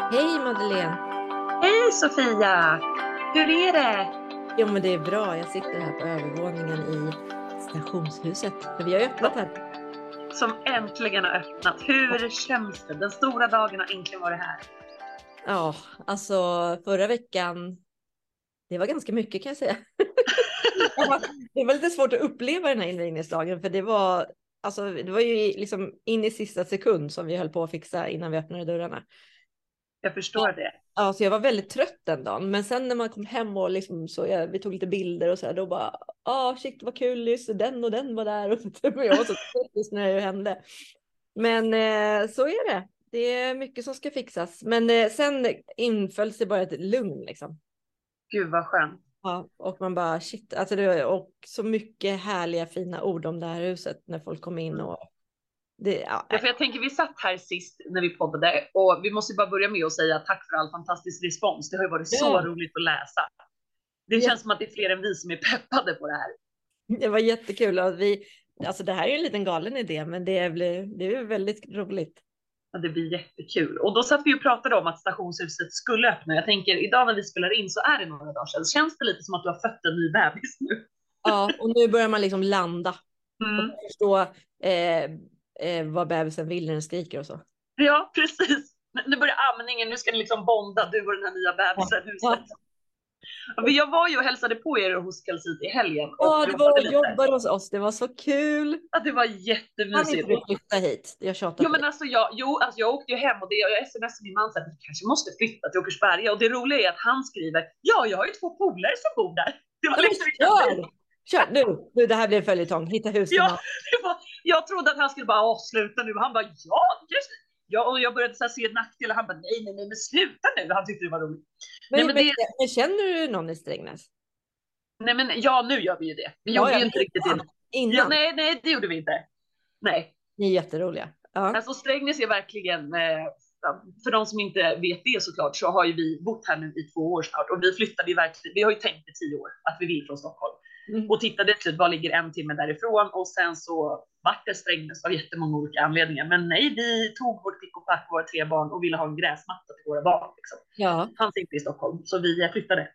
Hej Madeleine! Hej Sofia! Hur är det? Jo men det är bra, jag sitter här på övervåningen i stationshuset. För vi har ju öppnat här. Som äntligen har öppnat. Hur känns det? Den stora dagen har äntligen varit här. Ja, alltså förra veckan, det var ganska mycket kan jag säga. Det var lite svårt att uppleva den här invigningsdagen för det var ju liksom in i sista sekund som vi höll på att fixa innan vi öppnade dörrarna. Jag förstår det. Ja, så jag var väldigt trött den dagen. Men sen när man kom hem och liksom vi tog lite bilder och så här, då bara, shit vad kul, just den och den var där. Och jag var så trött just när det hände. Men så är det. Det är mycket som ska fixas. Men sen inföll sig bara ett lugn liksom. Gud vad skönt. Ja, och man bara shit, alltså och så mycket härliga fina ord om det här huset när folk kom in och Ja, för jag tänker vi satt här sist när vi poddade och vi måste bara börja med att säga tack för all fantastisk respons. Det har ju varit så ja, roligt att läsa. Det känns som att det är fler än vi som är peppade på det här. det var jättekul och alltså det här är en liten galen idé men det är väldigt roligt. Ja, det blir jättekul. Och då satt vi och pratade om att stationshuset skulle öppna. Jag tänker idag när vi spelar in så är det några dagar sedan. Känns det lite som att du har fött en ny bebis nu? Ja, och nu börjar man liksom landa och Mm. förstå vad bebisen vill när den skriker och så. Ja, precis. Nu börjar amningen, nu ska ni liksom bonda, du och den här nya Ja. bebisen huset. Ja. Ja, men jag var ju och hälsade på er hos Calcit i helgen och Ja, det var jobbade och lite. jobbar hos oss. Det var så kul. Ja, det var Kan inte jättemysigt. du flytta hit? Jag tjatar Jo, på men dig. alltså jag åkte ju hem och jag smsade min man så att vi kanske måste flytta till Åkersberga och det roliga är att han skriver ja, jag har ju 2 polare som bor där. Det var Ja, men liksom inte kör! Kör! Nu, det här blir en följetong. Hitta hus till ja, någon. jag trodde att han skulle bara avsluta nu. Han bara ja, just det. Ja, och jag började så här se nackdelar. Han bara nej, men sluta nu. Han tyckte det var roligt. Nej, Men, men men, det, men känner du någon i Strängnäs? nej, men ja, nu gör vi ju det. Vi Ja, gjorde ja, ju men inte riktigt det. Ja, innan. nej, det gjorde vi inte. Nej, Ni är jätteroliga. Ja. alltså Strängnäs är verkligen, för de som inte vet det såklart, så har ju vi bott här nu i 2 år snart och vi flyttade ju verkligen, vi har ju tänkt i 10 år att vi vill från Stockholm Mm. och tittade till slut, vad ligger 1 timme därifrån och sen så vart det Strängnäs av jättemånga olika anledningar. Men nej, vi tog vårt pick och pack, våra 3 barn och ville ha en gräsmatta till våra barn. Liksom. Ja. Fanns inte i Stockholm, så vi flyttade.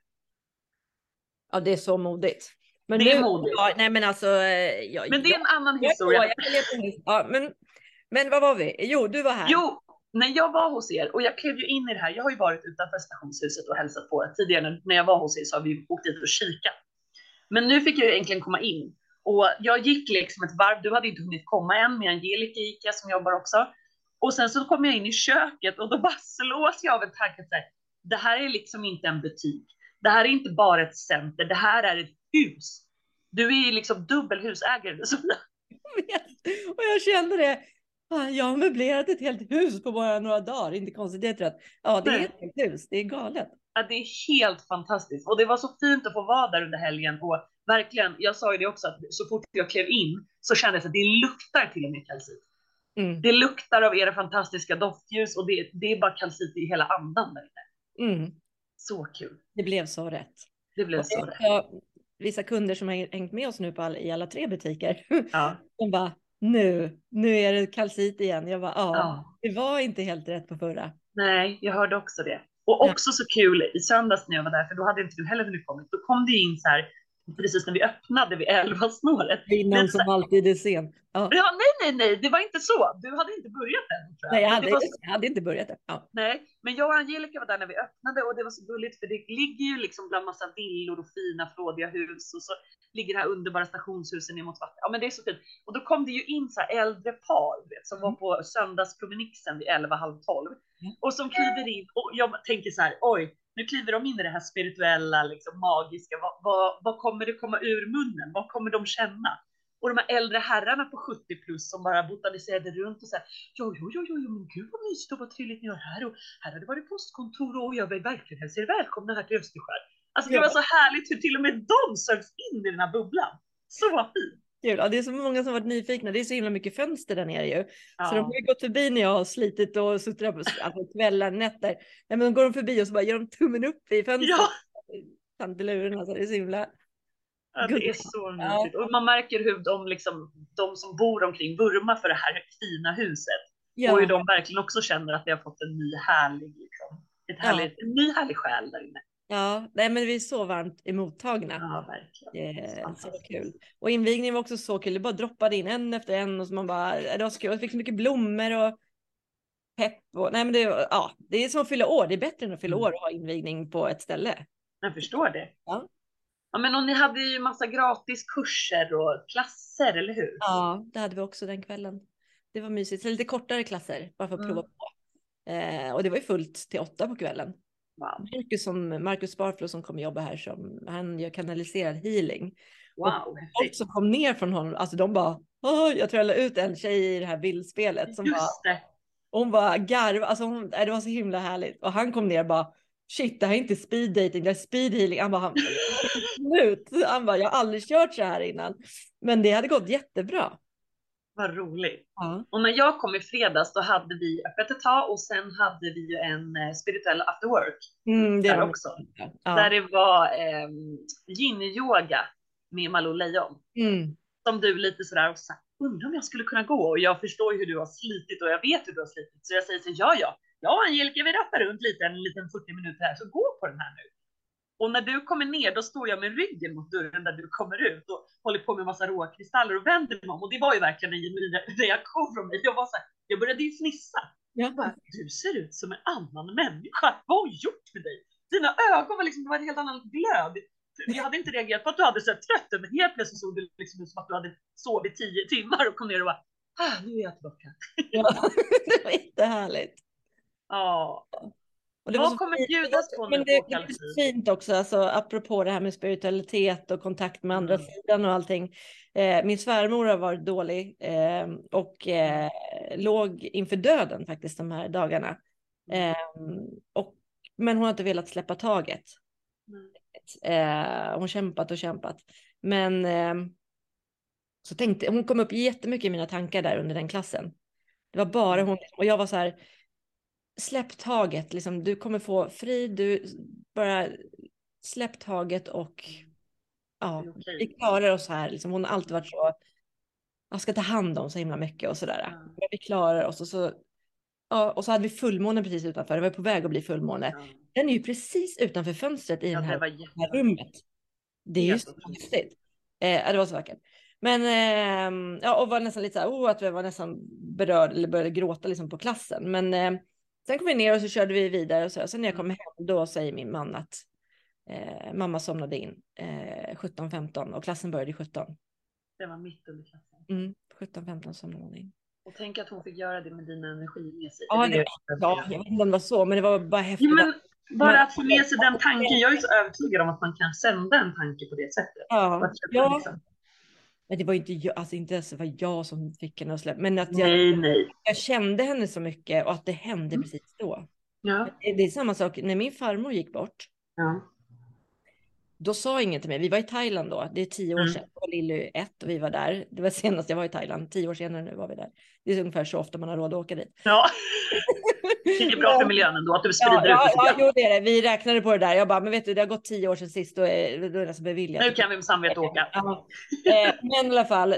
Ja, det är så modigt. Men Det är nu, modigt. ja, nej men alltså, Men det är en annan jag är på, historia. jag kan leta en hiss. Ja, men vad var vi? Jo, du var här. Jo, när jag var hos er och jag klev ju in i det här. Jag har ju varit utanför stationshuset och hälsat på tidigare. När jag var hos er så har vi åkt dit och kikat. Men nu fick jag ju äntligen komma in och jag gick liksom ett varv. Du hade inte hunnit komma än, med Angelica gick jag som jobbar också. Och sen så kom jag in i köket och då bara slås jag av en tanke. Det här är liksom inte en butik. Det här är inte bara ett center. Det här är ett hus. Du är ju liksom dubbelhusägare. Och jag kände det. Fan, jag har möblerat ett helt hus på bara några dagar. Inte konstigt, det rätt. Ja, det är ett helt hus. Det är galet. Ja, det är helt fantastiskt och det var så fint att få vara där under helgen och verkligen, jag sa ju det också att så fort jag klev in så kändes det att det luktar till och med Calcit. Mm. Det luktar av era fantastiska doftljus och det är bara Calcit i hela andan där inne. Mm. Så kul. Det blev så rätt. Det blev Och så rätt. vissa kunder som har hängt med oss nu i alla 3 butiker. Ja. De bara, nu är det Calcit igen. Jag bara, Ja. det var inte helt rätt på förra. Nej, jag hörde också det. Och Ja. också så kul i söndags när jag var där, för då hade inte du heller hunnit kommit. Då kom det in så här, precis när vi öppnade vid 11-snåret. Kvinnan som alltid är sen. Ja. Ja, nej, det var inte så. Du hade inte börjat än, tror jag. Nej, Men det var jag hade inte börjat än. Ja. Nej, men jag och Angelica var där när vi öppnade och det var så gulligt för det ligger ju liksom bland massa villor och fina flådiga hus och så ligger det här underbara stationshusen ner mot vatten. Ja, men det är så fint. Och då kom det ju in så här äldre par, vet, som var på söndagspromenixen vid 11, halv 12 och som kliver in och jag tänker så här, oj, nu kliver de in i det här spirituella, liksom magiska. Vad kommer det komma ur munnen? Vad kommer de känna? Och de här äldre herrarna på 70 plus som bara botaniserade runt och så här, jo, men gud vad mysigt och vad trevligt ni har här och här har det varit postkontor och jag vill verkligen hälsa er välkomna här till Österskär. Alltså det var så härligt hur till och med de sögs in i den här bubblan. Så fint. Kul. Ja, det är så många som varit nyfikna. Det är så himla mycket fönster där nere ju. Ja. Så de har ju gått förbi när jag har slitit och suttit på alltså, kvällar, nätter. Nej, men går de förbi och så bara gör de tummen upp i fönstret. Ja. Tanteluren, alltså det är så himla... Ja, det är så mysigt. Och man märker hur de som bor omkring vurmar för det här fina huset. Ja. Och hur de verkligen också känner att de har fått en ny härlig liksom, En ny härlig själ där inne. Ja, nej, men vi är så varmt emottagna. Ja, verkligen. Så kul. Och invigningen var också så kul. Det bara droppade in en efter en och så man bara, det var så kul. Jag fick så mycket blommor och pepp. Och, nej, men det är som att fylla år. Det är bättre än att fylla år och ha invigning på ett ställe. Jag förstår det. Ja. Ja, men och ni hade ju massa gratis kurser och klasser, eller hur? Ja, det hade vi också den kvällen. Det var mysigt. Så lite kortare klasser, bara för att prova på. Och det var ju fullt till 8 på kvällen. Wow. Marcus Sparflo som kommer jobba här, han gör kanaliserad healing. Wow, och folk som kom ner från honom, alltså de bara, jag tror jag la ut en tjej i det här bildspelet som hon var garv, alltså det var så himla härligt. Och han kom ner och bara, shit, det här är inte speed dating, det är speed healing. Han bara, jag har aldrig kört så här innan. Men det hade gått jättebra. Vad roligt. Ja. Och när jag kom i fredags då hade vi öppet ett tag och sen hade vi ju en spirituell after work där också. Ja. Där det var yin-yoga med Malou Lejon. Som du lite sådär och sa, undrar om jag skulle kunna gå, och jag förstår hur du har slitit och jag vet hur du har slitit, så jag säger så ja Angelica, vi rappar runt lite en liten 40 minuter här, så gå på den här nu. Och när du kommer ner, då står jag med ryggen mot dörren där du kommer ut och håller på med massa råkristaller och vänder mig om. Och det var ju verkligen en genuin reaktion från mig. Jag började ju fnissa. Jag bara, du ser ut som en annan människa. Vad har jag gjort med dig? Dina ögon var liksom, det var en helt annan glöd. Jag hade inte reagerat på att du hade så trött, men helt plötsligt såg du liksom som att du hade sovit 10 timmar och kom ner och bara, nu är jag tillbaka. Ja, det var jättehärligt. Ja. Och det vad kommer bjudas på nu? Men det är fint också, alltså, apropå det här med spiritualitet och kontakt med andra sidan och allting. Min svärmor har varit dålig och låg inför döden faktiskt de här dagarna. Men hon har inte velat släppa taget. Hon kämpat och kämpat. Men så hon kom upp jättemycket i mina tankar där under den klassen. Det var bara hon, och jag var så här, släpp taget, liksom, du kommer få frid, du bara släpp taget och vi klarar oss här, liksom. Hon har alltid varit så, jag ska ta hand om så himla mycket och sådär. Men vi klarar oss, och så hade vi fullmånen precis utanför, det var på väg att bli fullmåne. Den är ju precis utanför fönstret i det här rummet. Det är ju så konstigt. Det var så vackert. Men och var nästan lite så här, att vi var nästan berörd eller började gråta liksom på klassen. Men sen kom vi ner och så körde vi vidare och så. Sen när jag kom hem, då säger min man att mamma somnade in 17:15 och klassen började 17. Det var mitt under klassen. 17:15 somnade hon in. Och tänk att hon fick göra det med din energi med sig. Ja, jag vet inte om det var så, men det var bara häftigt. Ja, men bara att få med sig den tanken. Jag är så övertygad om att man kan sända en tanke på det sättet. Ja. Men det var inte ens var jag som fick henne att släppa. Men att jag kände henne så mycket och att det hände precis då. Ja. Det är samma sak när min farmor gick bort. Ja. Då sa ingen till mig. Vi var i Thailand då. Det är 10 år sedan. Och Lilly 1 och vi var där. Det var senast jag var i Thailand. 10 år senare nu var vi där. Det är ungefär så ofta man har råd att åka dit. Ja. Det är bra för miljön ändå att du sprider ut det. Ja, det är det. Vi räknade på det där. Jag bara, men vet du, det har gått 10 år sedan sist. Då är det så beviljat. Nu kan vi med samvete åka. Ja. Men i alla fall,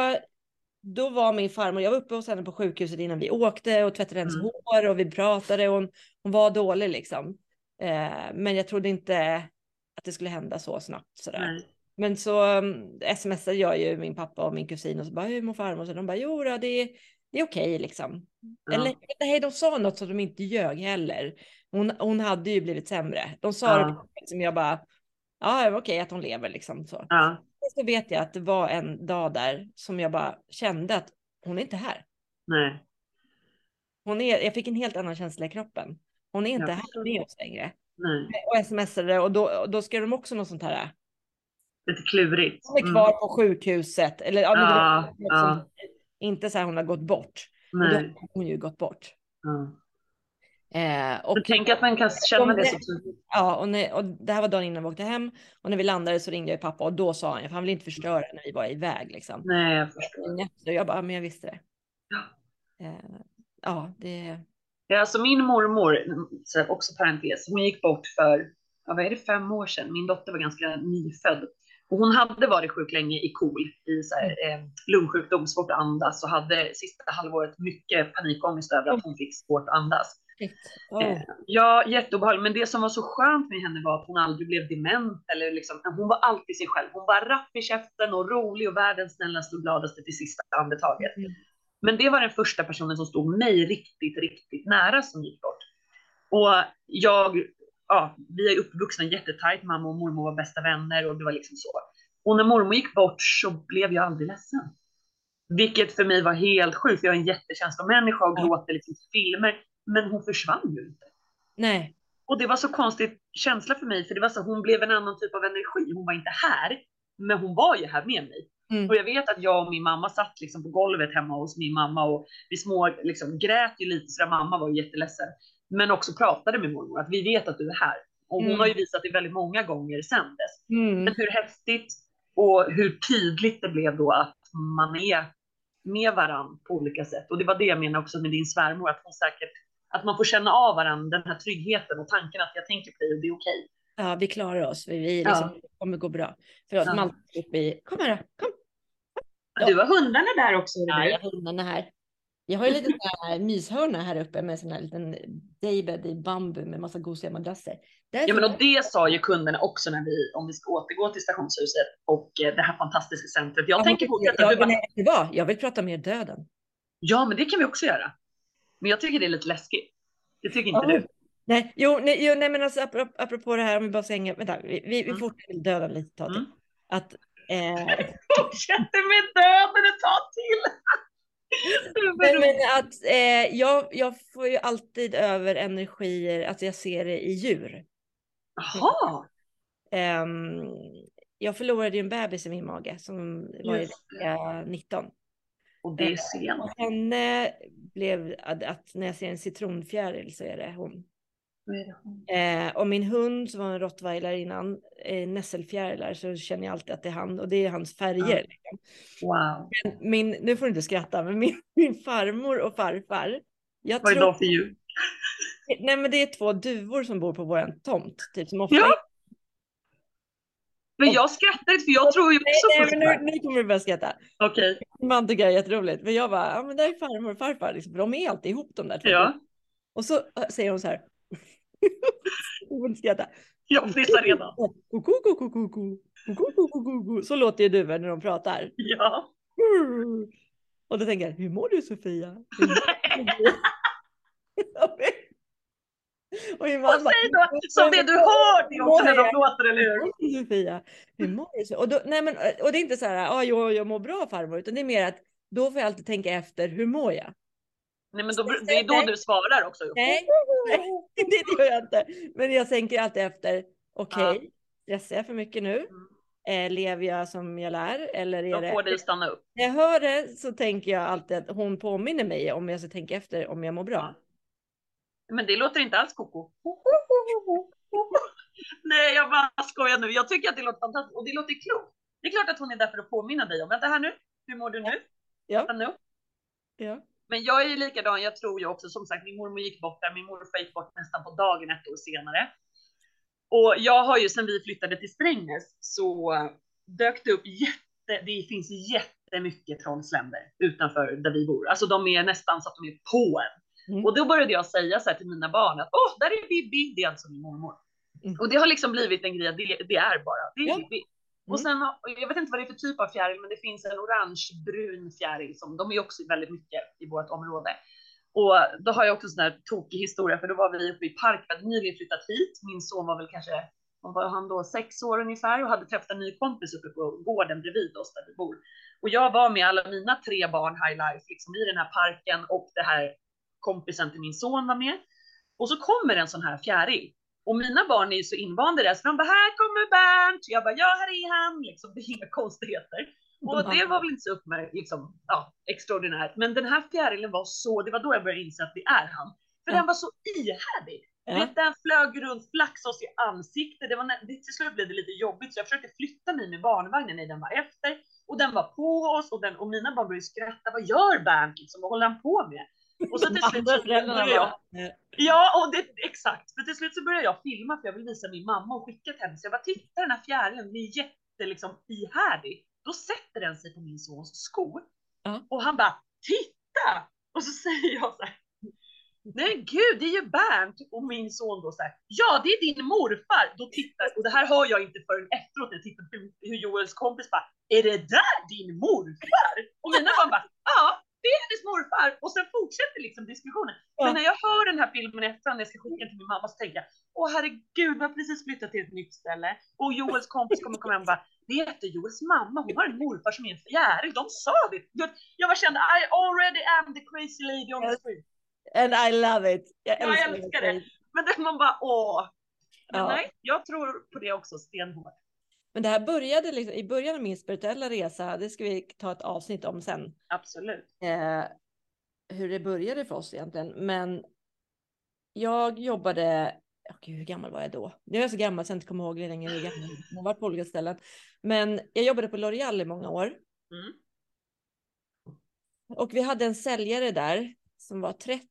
då var min farmor, jag var uppe hos henne på sjukhuset innan vi åkte och tvättade hennes hår och vi pratade och hon var dålig liksom. Men jag trodde inte att det skulle hända så snabbt sådär. Men så smsade jag ju min pappa och min kusin och så bara, hur mår farmor? Så de bara, jo då, det är okej liksom. Eller nej, de sa något så de inte ljög heller. Hon hade ju blivit sämre. De sa det som jag bara, okej att hon lever liksom så. Så vet jag att det var en dag där som jag bara kände att hon är inte här. Nej. Jag fick en helt annan känsla i kroppen. Hon är inte här med oss längre. Nej. Och smsade och då skrev de också något sånt här. Lite klurigt. Hon är kvar på sjukhuset. Eller, inte så här hon har gått bort. Nej. Då har hon ju gått bort. Och tänk att man kan känna det så tydligt. Ja, och det här var dagen innan vi åkte hem. Och när vi landade så ringde jag pappa och då sa han, för han ville inte förstöra när vi var iväg liksom. Nej, jag förstår. Så jag bara, men jag visste det. Alltså min mormor, också parentes, hon gick bort för, vad är det, 5 år sedan. Min dotter var ganska nyfödd. Och hon hade varit sjuk länge i KOL, i så här, lungsjukdom, svårt att andas. Och hade sista halvåret mycket panikångest över att hon fick svårt att andas. Ja, jätteobehagligt. Men det som var så skönt med henne var att hon aldrig blev dement. Eller liksom, hon var alltid sig själv. Hon var rapp i käften och rolig och världens snällaste och gladaste till sista andetaget. Men det var den första personen som stod mig riktigt, riktigt nära som gick bort. Och vi är uppvuxna jättetajt. Mamma och mormor var bästa vänner och det var liksom så. Och när mormor gick bort så blev jag aldrig ledsen. Vilket för mig var helt sjukt. För jag är en jättekänslomänniska och gråter liksom filmer. Men hon försvann ju inte. Nej. Och det var så konstigt känsla för mig. För det var så hon blev en annan typ av energi. Hon var inte här. Men hon var ju här med mig. Och jag vet att jag och min mamma satt liksom på golvet hemma hos min mamma. Och vi små liksom grät ju lite. Så mamma var jätteledsen. Men också pratade med mormor. Att vi vet att du är här. Och hon har ju visat det väldigt många gånger sedan dess. Men hur häftigt och hur tydligt det blev då att man är med varann på olika sätt. Och det var det jag menade också med din svärmor. Att hon säkert, att man får känna av varandra, den här tryggheten och tanken att jag tänker på dig och det är okej. Ja, vi klarar oss. Vi liksom, det kommer gå bra. För att man kom här då, kom. Ja. Du har hundarna där också. Ja, jag har hundarna här. Jag har ju lite myshörna här uppe med sån här liten daybed i bambu med massa gosiga madrasser. Ja, men och det sa ju kunderna också när om vi ska återgå till stationshuset och det här fantastiska centret. Jag tänker fortsätta. Jag vill prata mer döden. Ja, men det kan vi också göra. Men jag tycker det är lite läskigt. Det tycker inte du? Nej, men alltså apropå det här, om vi bara säger, vänta, vi fortsätter döden lite tag till. Att fortsätter med döden ett tag till. Men att jag får ju alltid över energier, alltså jag ser det i djur. Jaha. Jag förlorade ju en bebis i min mage som var i vecka 19. Och det är sent. Och henne blev att när jag ser en citronfjäril så är det hon. Och min hund som var en rottweiler innan, nässelfjärilar, så känner jag alltid att det är han och det är hans färger. Liksom. Wow. Men nu får du inte skratta, men min farmor och farfar. Vad är det för djur? Nej, men det är 2 duvor som bor på våran tomt. Typ, som ofta Men jag skrattar inte för jag tror ju också på nu kommer du börja skratta. Okej. Man tycker det är jätteroligt. Men jag bara, ja men det är farmor och farfar. Liksom, för de är alltid ihop de där 2. Ja. Och så säger hon så här. Jag fnissar redan. Så låter ju duvor när de pratar. Ja. Och då tänker jag, hur mår du Sofia? Och min mamma, säg då, som det du hör det också när de låter, eller hur? Sofia, hur mår du? Och det är inte så här, jag mår bra farmor, utan det är mer att då får jag alltid tänka efter, hur mår jag? Nej, men det är då du svarar också. Nej, det gör jag inte. Men jag tänker alltid efter, okej, stressar jag för mycket nu? Lever jag som jag lär? Eller är då får det stanna upp. När jag hör det så tänker jag alltid att hon påminner mig om jag ska tänka efter om jag mår bra. Men det låter inte alls koko. Nej, jag bara skojar nu. Jag tycker att det låter fantastiskt och det låter klokt. Det är klart att hon är där för att påminna dig om, vänta här nu, hur mår du nu? Ja. Men jag är ju likadan, jag tror ju också, som sagt, min mormor gick bort där, min morfar gick bort nästan på dagen 1 år senare. Och jag har ju, sen vi flyttade till Strängnäs, så dök det upp det finns jättemycket trollsländer utanför där vi bor. Alltså de är nästan så att de är på en. Och då började jag säga så här till mina barn att där är Bibi, det är alltså min mormor. Och det har liksom blivit en grej, det är bara, det är Bibi. Och sen, jag vet inte vad det är för typ av fjäril, men det finns en orange-brun fjäril som de är också väldigt mycket i vårt område. Och då har jag också en sån här tokig historia, för då var vi uppe i park, för att nyligen flyttat hit. Min son var väl kanske, var han då 6 år ungefär och hade träffat en ny kompis uppe på gården bredvid oss där vi bor. Och jag var med alla mina 3 barn high life liksom i den här parken, och det här kompisen till min son var med. Och så kommer en sån här fjäril. Och mina barn är ju så invanda där, så de bara, här kommer Bernt. Jag bara, ja, här är han. Liksom, det är inga konstigheter. Och det var väl inte så liksom, extraordinärt. Men den här fjärilen var så, det var då jag började inse att det är han. För den var så ihärdig. Den flög runt, flaxade oss i ansiktet. Till slut blev det lite jobbigt, så jag försökte flytta mig med barnvagnen när den var efter. Och den var på oss, och mina barn började skratta. Vad gör Bernt? Liksom, vad håller han på med? Och så till slut så började jag... Ja, och exakt. För till slut så började jag filma, för jag vill visa min mamma och skicka till henne. Så jag bara, titta den här fjärilen, den är liksom ihärdig. Då sätter den sig på min sons skor. Och han bara, titta! Och så säger jag så här, Nej gud, det är ju Bernt. Och min son då så här, ja det är din morfar. Då tittar, och det här hör jag inte förrän efteråt när jag tittar på hur Joels kompis bara, är det där din morfar? Och mina barn bara, ja det är hennes morfar. Och sen fortsätter liksom diskussionen. Ja. Men när jag hör den här filmen efterhand, när jag ska skicka den till min mamma, så tänker jag, åh herregud, vi har precis flyttat till ett nytt ställe. Och Joels kompis kommer komma hem och bara, det heter Joels mamma, hon har en morfar som är en fjäril. De sa det. Jag bara kände, I already am the crazy lady on the street. And I love it. Jag älskar det. Men det man bara, åh. Men ja. nej, jag tror på det också stenhårt. Men det här började liksom, i början av min spirituella resa, det ska vi ta ett avsnitt om sen. Absolut. Hur det började för oss egentligen. Men jag jobbade, gud, hur gammal var jag då? Jag är så gammal så jag inte kommer ihåg hur länge jag gammal. Jag har varit på olika ställen. Men jag jobbade på L'Oreal i många år. Mm. Och vi hade en säljare där som var 30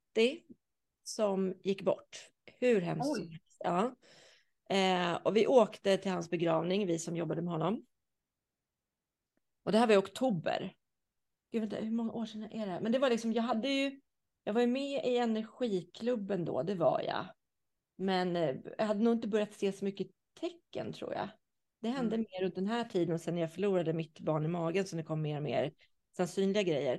som gick bort. Hur hemskt som helst. Ja. Och vi åkte till hans begravning, vi som jobbade med honom. Och det här var i oktober. Gud, vänta, hur många år sedan är det? Men det var liksom, jag var ju med i energiklubben då, det var jag. Men jag hade nog inte börjat se så mycket tecken, tror jag. Det hände mer runt den här tiden och sen när jag förlorade mitt barn i magen så det kom mer och mer synliga grejer.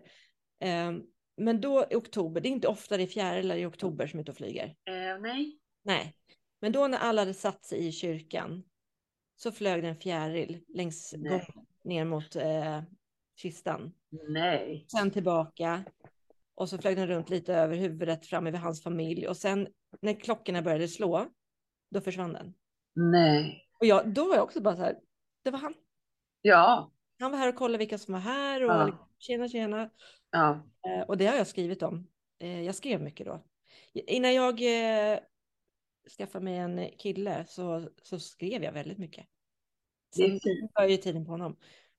Men då i oktober, det är inte ofta det är 4 eller i oktober som är ute och flyger. Nej. Men då när alla hade satt sig i kyrkan så flög det en fjäril längs gången ner mot kistan. Nej. Sen tillbaka. Och så flög den runt lite över huvudet fram över hans familj. Och sen när klockorna började slå, då försvann den. Nej. Och då var jag också bara så här, det var han. Ja. Han var här och kollade vilka som var här. Och tjena. Ja. Och det har jag skrivit om. Jag skrev mycket då. Innan jag skaffade mig en kille så skrev jag väldigt mycket. Sen var ju tiden på honom.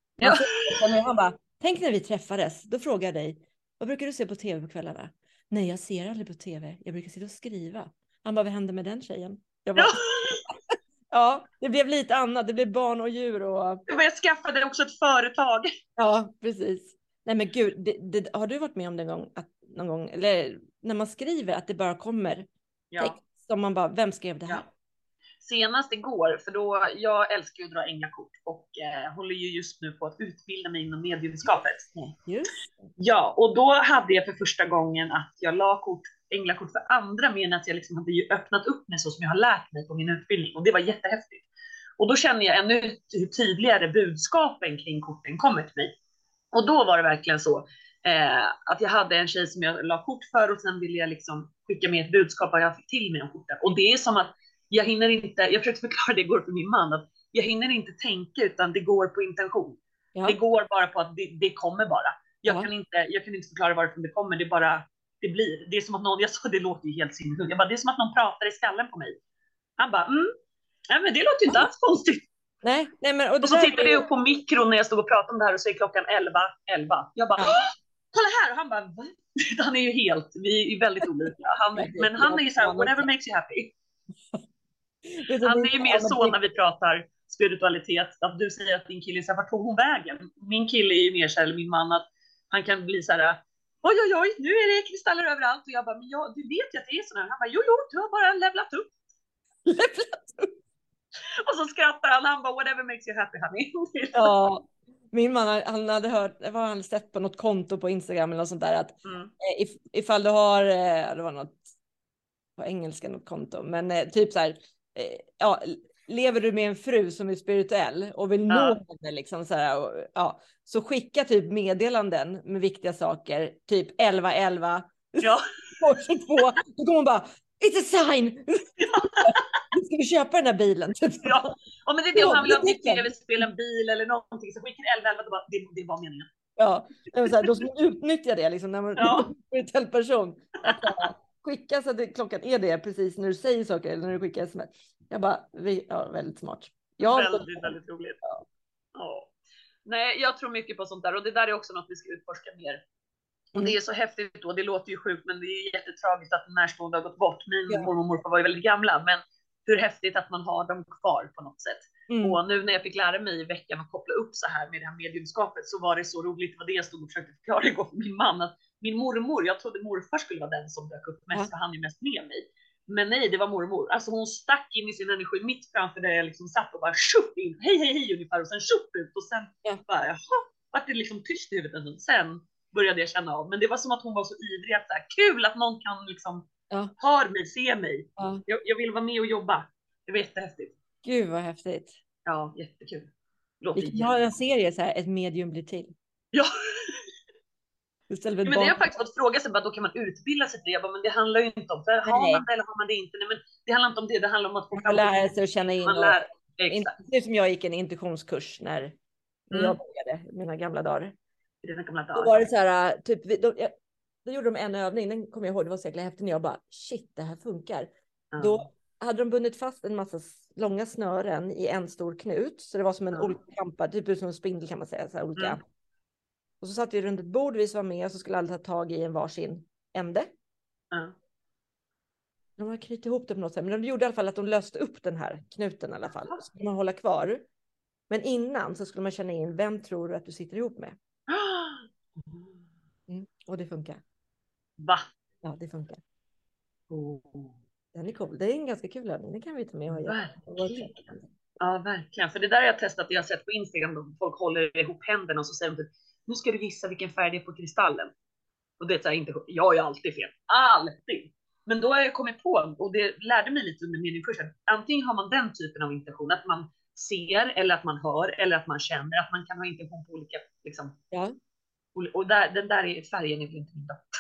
Han bara, tänk när vi träffades. Då frågade jag dig, vad brukar du se på tv på kvällarna? Nej, jag ser aldrig på tv. Jag brukar sitta och skriva. Han bara, vad hände med den tjejen? Jag bara, ja, det blev lite annat. Det blev barn och djur. Jag skaffade också ett företag. Ja, precis. Nej men gud, har du varit med om det någon gång, eller när man skriver att det bara kommer text som man bara, vem skrev det här? Ja. Senast igår, för då, jag älskar ju att dra änglakort och håller ju just nu på att utbilda mig inom mediumskapet. Ja, och då hade jag för första gången att jag la änglakort för andra, men att jag liksom hade ju öppnat upp mig så som jag har lärt mig på min utbildning, och det var jättehäftigt. Och då känner jag ännu hur tydligare budskapen kring korten kommer till mig. Och då var det verkligen så att jag hade en tjej som jag la kort för, och sen ville jag liksom skicka med ett budskap vad jag fick till mig om korten. Och det är som att jag hinner inte, jag försökte förklara det igår för min man, att jag hinner inte tänka utan det går på intention. Ja. Det går bara på att det kommer bara. Jag kan inte förklara varifrån det kommer, det blir. Det är som att någon, jag sa det låter ju helt sinnessjukt. Jag bara, det är som att någon pratar i skallen på mig. Han bara, ja men det låter ju inte alls konstigt. Nej, men, och så tittade jag upp på mikron när jag stod och pratade om det här och så är klockan 11. Jag bara, kolla här! Och han bara, va? Han är ju helt, vi är väldigt olika. Men han är ju så här, whatever makes you happy. Han är ju mer så när vi pratar spiritualitet, att du säger att din kille är så här, vart tog hon vägen? Min kille är ju mer så här, eller min man, att han kan bli så här, oj, nu är det kristaller överallt. Och jag bara, men du vet ju att det är så här. Han bara, jo, du har bara levlat upp. Och så skrattar han bara, whatever makes you happy, honey. Ja, min man, han hade hört, vad han sett på något konto på Instagram eller något sånt där, att ifall du har, det var något på engelska, något konto, men typ så här, lever du med en fru som är spirituell och vill nå henne liksom så här, så skicka typ meddelanden med viktiga saker, typ 1111. Ja. 22, då kommer hon bara, it's a sign. Ska vi köpa den här bilen? Ja, men det är det, om han vill ha ett nytt tv-spel, en bil eller någonting, så skickar 1111, det var meningen. Ja, så här, då ska man utnyttja det liksom när man är en spirituell person. Att skicka så att klockan är det precis när du säger saker eller när du skickar sms. Jag bara, väldigt smart. Väldigt roligt. Ja. Nej, jag tror mycket på sånt där, och det där är också något vi ska utforska mer. Och det är så häftigt då, det låter ju sjukt, men det är jättetragiskt att den närstående har gått bort. Min mormor och morfar var ju väldigt gamla, men hur häftigt att man har dem kvar på något sätt. Och nu när jag fick lära mig i veckan att koppla upp så här med det här mediumskapet så var det så roligt. Det var det jag stod och försökte förklara igår för min man. Att min mormor, jag trodde morfar skulle vara den som dök upp mest för han är mest med mig. Men nej, det var mormor. Alltså hon stack in i sin energi mitt framför där jag liksom satt och bara tjup in, hej hej hej ungefär och sen tjup ut och sen bara jaha, vart det liksom tyst i huvudet en stund. Sen började jag känna av, men det var som att hon var så ivrig att så här, kul att någon kan liksom hör mig, se mig. Jag vill vara med och jobba. Det var jättehäftigt. Gud vad häftigt. Ja, jättekul. Vi kan ha en serie så här, ett medium blir till. Ja. Men det har faktiskt fått fråga sig, då kan man utbilda sig till det. Men det handlar ju inte om, för har man det eller har man det inte. Nej, men det handlar inte om det, det handlar om att få fram lära sig och känna in. Exakt. Det är som jag gick en intuitionskurs när jag började mina gamla dagar. Då var det så här, typ, då gjorde de en övning, den kommer jag ihåg, det var så jäkla häftigt när jag bara, shit, det här funkar. Då hade de bundit fast en massa långa snören i en stor knut, så det var som en olika kampar, typ som en spindel kan man säga, så här, olika. Och så satt vi runt ett bord, vi som var med, och så skulle alla ta tag i en varsin ände. De har knutit ihop det på något sätt, men de gjorde i alla fall att de löste upp den här knuten i alla fall. Så skulle man hålla kvar. Men innan så skulle man känna in, vem tror du att du sitter ihop med? Och det funkar. Va? Ja, det funkar. Den är cool. Det är en ganska kul övning. Det kan vi ta med och göra. Ja, verkligen. För det där har jag testat. Jag har sett på Instagram då folk håller ihop händerna och så säger de typ, nu ska du gissa vilken färg det är på kristallen. Och det är inte, jag har ju alltid fel. Alltid. Men då har jag kommit på, och det lärde mig lite under mediumkursen. Antingen har man den typen av intention, att man ser eller att man hör eller att man känner, att man kan ha intention på olika liksom. Ja. Och den där färgen är väl inte min dag.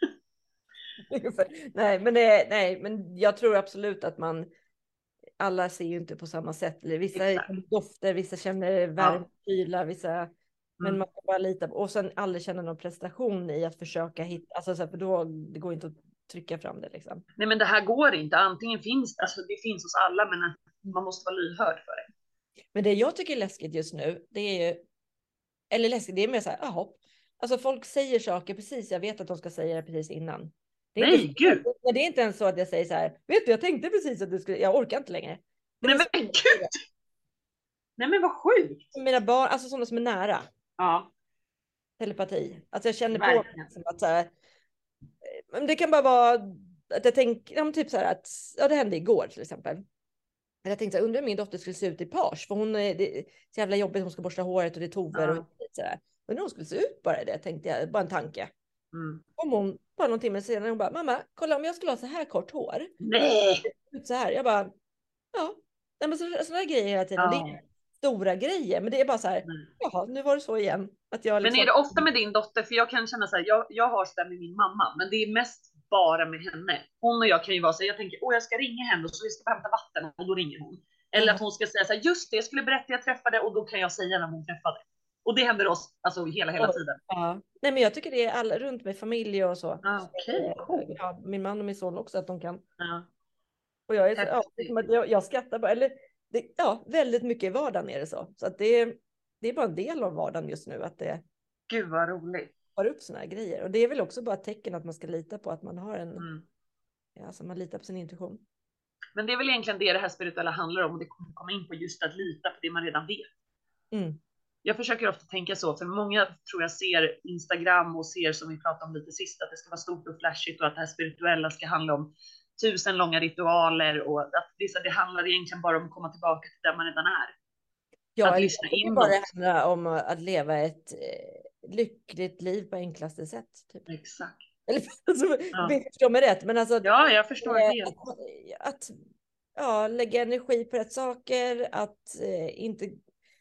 nej, men jag tror absolut att alla ser ju inte på samma sätt. Vissa dofter, vissa känner värme, kyla, vissa. Men man kan bara lita på, och sen aldrig känna någon prestation i att försöka hitta, alltså så här, för då det går inte att trycka fram det liksom. Nej, men det här går inte. Antingen finns, alltså det finns hos alla, men man måste vara lyhörd för det. Men det jag tycker är läskigt just nu, det är ju, eller läskigt, det är mer så här, jaha. Alltså folk säger saker precis, jag vet att de ska säga det precis innan. Det är nej, inte, gud! Det är inte ens så att jag säger så här, vet du, jag tänkte precis att du skulle, jag orkar inte längre. Nej men gud! Nej men vad sjukt! Mina barn, alltså sådana som är nära. Ja. Telepati. Alltså jag känner på liksom att så här, men det kan bara vara att jag tänker, typ så här att, ja det hände igår till exempel. Jag tänkte så här, undrar min dotter skulle se ut i page, för hon är, det är så jävla jobbigt, hon ska borsta håret och det är tover och så där. Undrar hon skulle se ut bara det, tänkte jag, bara en tanke. Om hon bara någon timme senare, hon bara, mamma, kolla om jag skulle ha så här kort hår. Nej! Så här, jag bara, ja. Nej, men sådana grejer hela tiden. Det är stora grejer, men det är bara så här, jaha, nu var det så igen. Att jag liksom... Men är det ofta med din dotter? För jag kan känna så här, jag har det med min mamma, men det är mest bara med henne. Hon och jag kan ju vara så här, jag tänker, jag ska ringa henne och så vi ska hämta vatten och då ringer hon. Eller att hon ska säga så här, just det, jag skulle berätta jag träffade och då kan jag säga när hon träffade. Och det händer oss alltså hela tiden. Ja. Nej, men jag tycker det är alla runt med familj och så. Okej, cool. Ja, min man och min son också, att de kan. Ja. Och jag är så, jag skrattar bara, eller väldigt mycket i vardagen är det så. Så att det är bara en del av vardagen just nu att det. Gud vad roligt. Har upp såna här grejer, och det är väl också bara ett tecken att man ska lita på att man har en. Alltså man litar på sin intuition. Men det är väl egentligen det här spirituella handlar om, och det kommer komma in på just att lita på det man redan vet. Jag försöker ofta tänka så, för många tror jag ser Instagram och ser, som vi pratade om lite sist, att det ska vara stort och flashigt och att det här spirituella ska handla om 1000 långa ritualer och att det handlar egentligen bara om att komma tillbaka till där man redan är. Ja, att lyssna in. Det handlar om att leva ett lyckligt liv på enklaste sätt. Typ. Exakt. Eller förstår mig rätt, men alltså. Ja, jag förstår helt. Att lägga energi på rätt saker, att inte.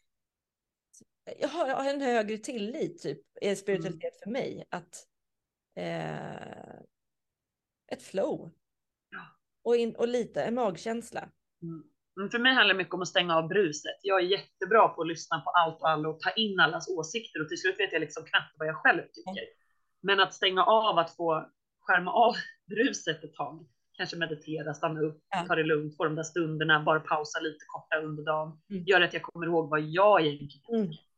Jag har en högre tillit typ är spiritualitet för mig, att ett flow och lite en magkänsla. Men för mig handlar det mycket om att stänga av bruset. Jag är jättebra på att lyssna på allt och alla och ta in allas åsikter, och till slut vet jag liksom knappt vad jag själv tycker. Men att stänga av, att få skärma av bruset ett tag, kanske meditera, stanna upp, ta det lugnt, få de där stunderna, bara pausa lite korta under dagen, gör att jag kommer ihåg vad jag egentligen tycker.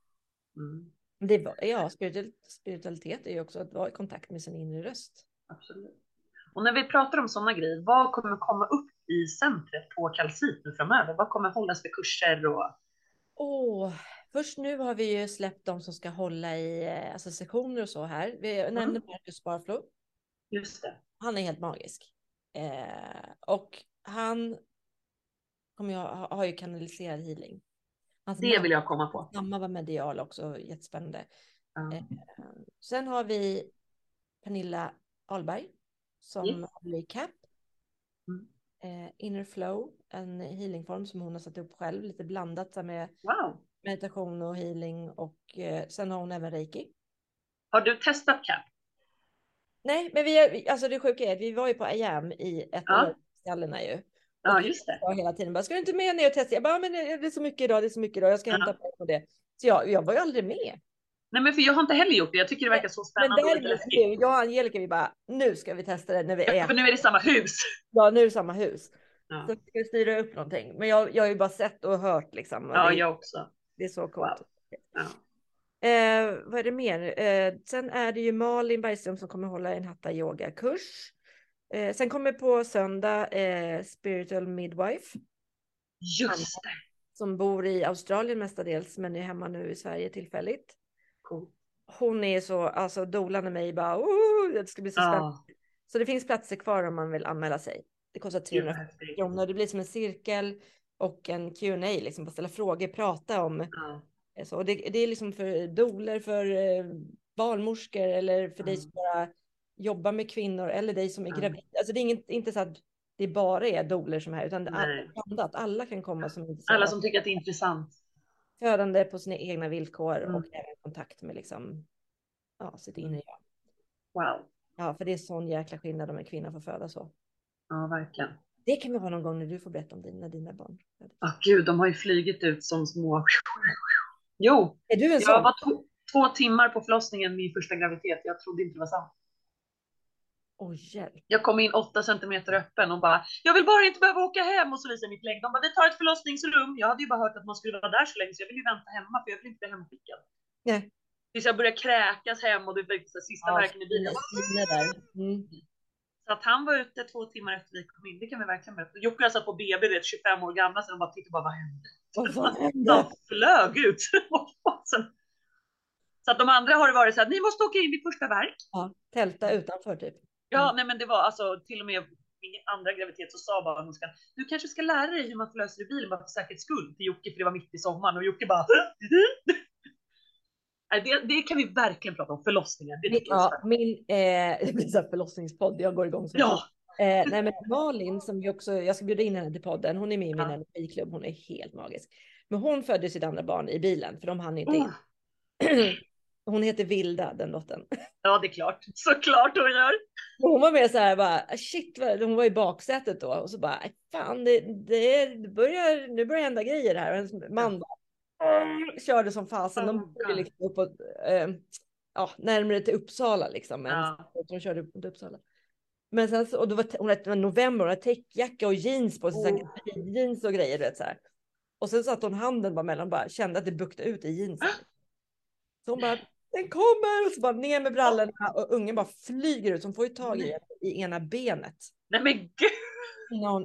Spiritualitet är ju också att vara i kontakt med sin inre röst. Absolut. Och när vi pratar om sådana grejer, vad kommer komma upp i centret på kalcit nu framöver? Vad kommer hållas för kurser? Först nu har vi ju släppt de som ska hålla i alltså sektioner och så här. Vi nämnde Marcus Sparflo. Just det. Han är helt magisk. Och han kommer har ju kanaliserad healing. Det vill jag komma på. Hans mamma var medial också, jättespännande. Ja. Sen har vi Pernilla Ahlberg som håller i CAP. Inner Flow, en healingform som hon har satt upp själv, lite blandat med meditation och healing, och sen har hon även reiki. Har du testat CAP? Nej, men alltså det sjuka är att vi var ju på IAM i ett år, skallarna ju. Ja, just det. Och hela tiden bara, ska du inte med ner och testa? Jag bara, men det är så mycket idag, jag ska hämta på det. Så jag var ju aldrig med. Nej, men för jag har inte heller gjort det. Jag tycker det verkar så spännande. Men där, jag och Angelica, vi bara, nu ska vi testa det när vi är. För nu är det samma hus. Ja, nu är det samma hus. Ja. Så ska vi styra upp någonting. Men jag har ju bara sett och hört liksom. Och ja, jag också. Det är så coolt. Wow. Ja. Vad är det mer? Sen är det ju Malin Bergström som kommer hålla en hatta yoga-kurs. Sen kommer på söndag Spiritual Midwife. Just det. Som bor i Australien mestadels, men är hemma nu i Sverige tillfälligt. Cool. Hon är så, alltså dolande mig bara, det ska bli så spännande. Så det finns platser kvar om man vill anmäla sig. Det kostar 350 kronor. Det blir som en cirkel och en Q&A, liksom, bara ställa frågor, prata om. Så, och det är liksom för doler, för barnmorskor, eller för dig som bara jobbar med kvinnor, eller dig som är gravid. Alltså det är inte så att det bara är doler som är här, utan alla kan komma som intresserade. Alla som tycker att det är intressant. Födande på sina egna villkor och även kontakt med liksom, sitt inre jag. Wow. Ja, för det är sån jäkla skillnad om en kvinna får föda så. Ja, verkligen. Det kan vi ha någon gång när du får berätta om dina barn. Gud, de har ju flygit ut som små. Jo, är du en jag var 2 timmar på förlossningen min första graviditet. Jag trodde inte det var sant. Hjälp. Jag kom in 8 centimeter öppen och bara, jag vill bara inte behöva åka hem, och så visade mitt lägg. De bara, vi tar ett förlossningsrum. Jag hade ju bara hört att man skulle vara där så länge, så jag vill ju vänta hemma, för jag vill inte bli hemskickad. Nej. Tills jag började kräkas hem och det var sista verken i bilen. Så att han var ute 2 timmar efter vi kom in. Det kan vi verkligen berätta. Jocke och jag satt på BB, det är 25 år gamla, så de bara tittade, vad hände? De flög ut. Så att de andra har det varit så att ni måste åka in vid första verk. Ja, tälta utanför typ. Ja, nej, men det var alltså till och med min andra graviditet så sa barnmorskan, du kanske ska lära dig hur man förlöser i bilen bara för säkerhets skull, till Jocke, för det var mitt i sommaren, och Jocke bara det kan vi verkligen prata om, förlossningar. Det blir så förlossningspodd, jag går igång. Nej, men Malin, som jag ska bjuda in henne till podden, hon är med i min energiklubb, hon är helt magisk. Men hon födde sitt andra barn i bilen, för de hann inte in. Hon heter Vilda, den dottern. Ja, det är klart. Såklart hon gör. Hon var med så här bara, shit, hon var i baksätet då. Och så bara, fan, nu börjar hända grejer här. Och hennes man körde som fasen. De började liksom uppåt, närmare till Uppsala liksom. Men de körde upp mot Uppsala. Men sen så, och då var november, och täckjacka och jeans på sig. Jeans och grejer, vet så här. Och sen satt hon handen bara mellan, bara kände att det buktade ut i jeansen. Så hon bara, den kommer, och så bara ner med brallorna, och ungen bara flyger ut. Så hon får ju tag i ena benet. Nej men gud!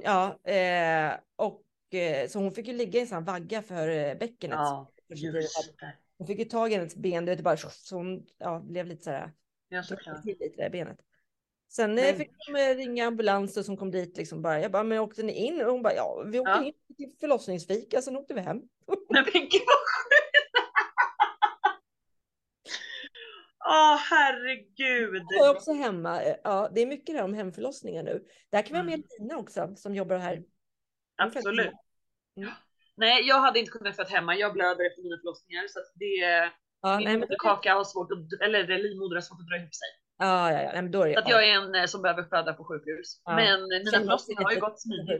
Så hon fick ju ligga i en sån vagga för bäckenet. Ja, just det. Hon fick ju tag i hennes ben, det bara, så hon blev lite så här. Ja, såklart. Lite det benet. Sen fick de ringa ambulans, och som kom dit liksom bara, jag bara, men åkte ni in? Och hon bara, vi åkte in till förlossningsfika, sen åkte vi hem. Nej men gud! Herregud. Jag är också hemma. Ja, det är mycket där om hemförlossningar nu. Där kan vi ha med Lina också, som jobbar här. Absolut. Nej, jag hade inte kunnat föda hemma. Jag blöder efter mina förlossningar, så att min moderkaka har svårt eller livmoder har svårt att dra ihop sig. Nej, men då är det, så att jag är en som behöver föda på sjukhus. Men mina förlossningar har ju gått smidigt.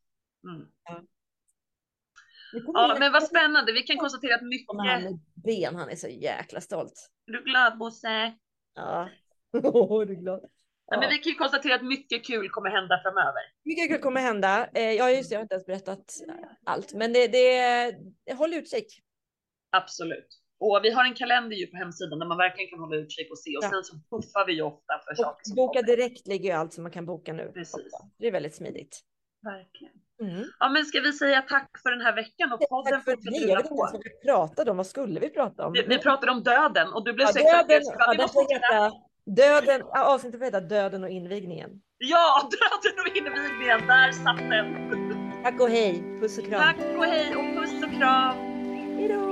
Men vad spännande. Vi kan konstatera att mycket... Han är så jäkla stolt. Är du glad, Bosse? Ja. Är du glad? Ja. Men vi kan ju konstatera att mycket kul kommer hända framöver. Mycket kul kommer hända. Jag har inte ens berättat allt. Men håll utkik. Absolut. Och vi har en kalender ju på hemsidan där man verkligen kan hålla utkik och se. Och sen så puffar vi ju ofta för saker som boka direkt ligger ju allt som man kan boka nu. Precis. Det är väldigt smidigt. Verkligen. Mm. Ja, men ska vi säga tack för den här veckan och podden Tack för fortsätter mig. Jag rulla vet inte ens på. vad vi pratade om. Vad skulle vi prata om? Vi pratade om döden och du blev Ja, så exalterad. döden, Så bara, ja, vi den måste får fortsätta. heta Döden. Ja, avsnittet får heta Döden och invigningen. Ja, döden och invigningen. Där satt den. Tack och hej. Puss och kram. Tack och hej och puss och kram. Hej då.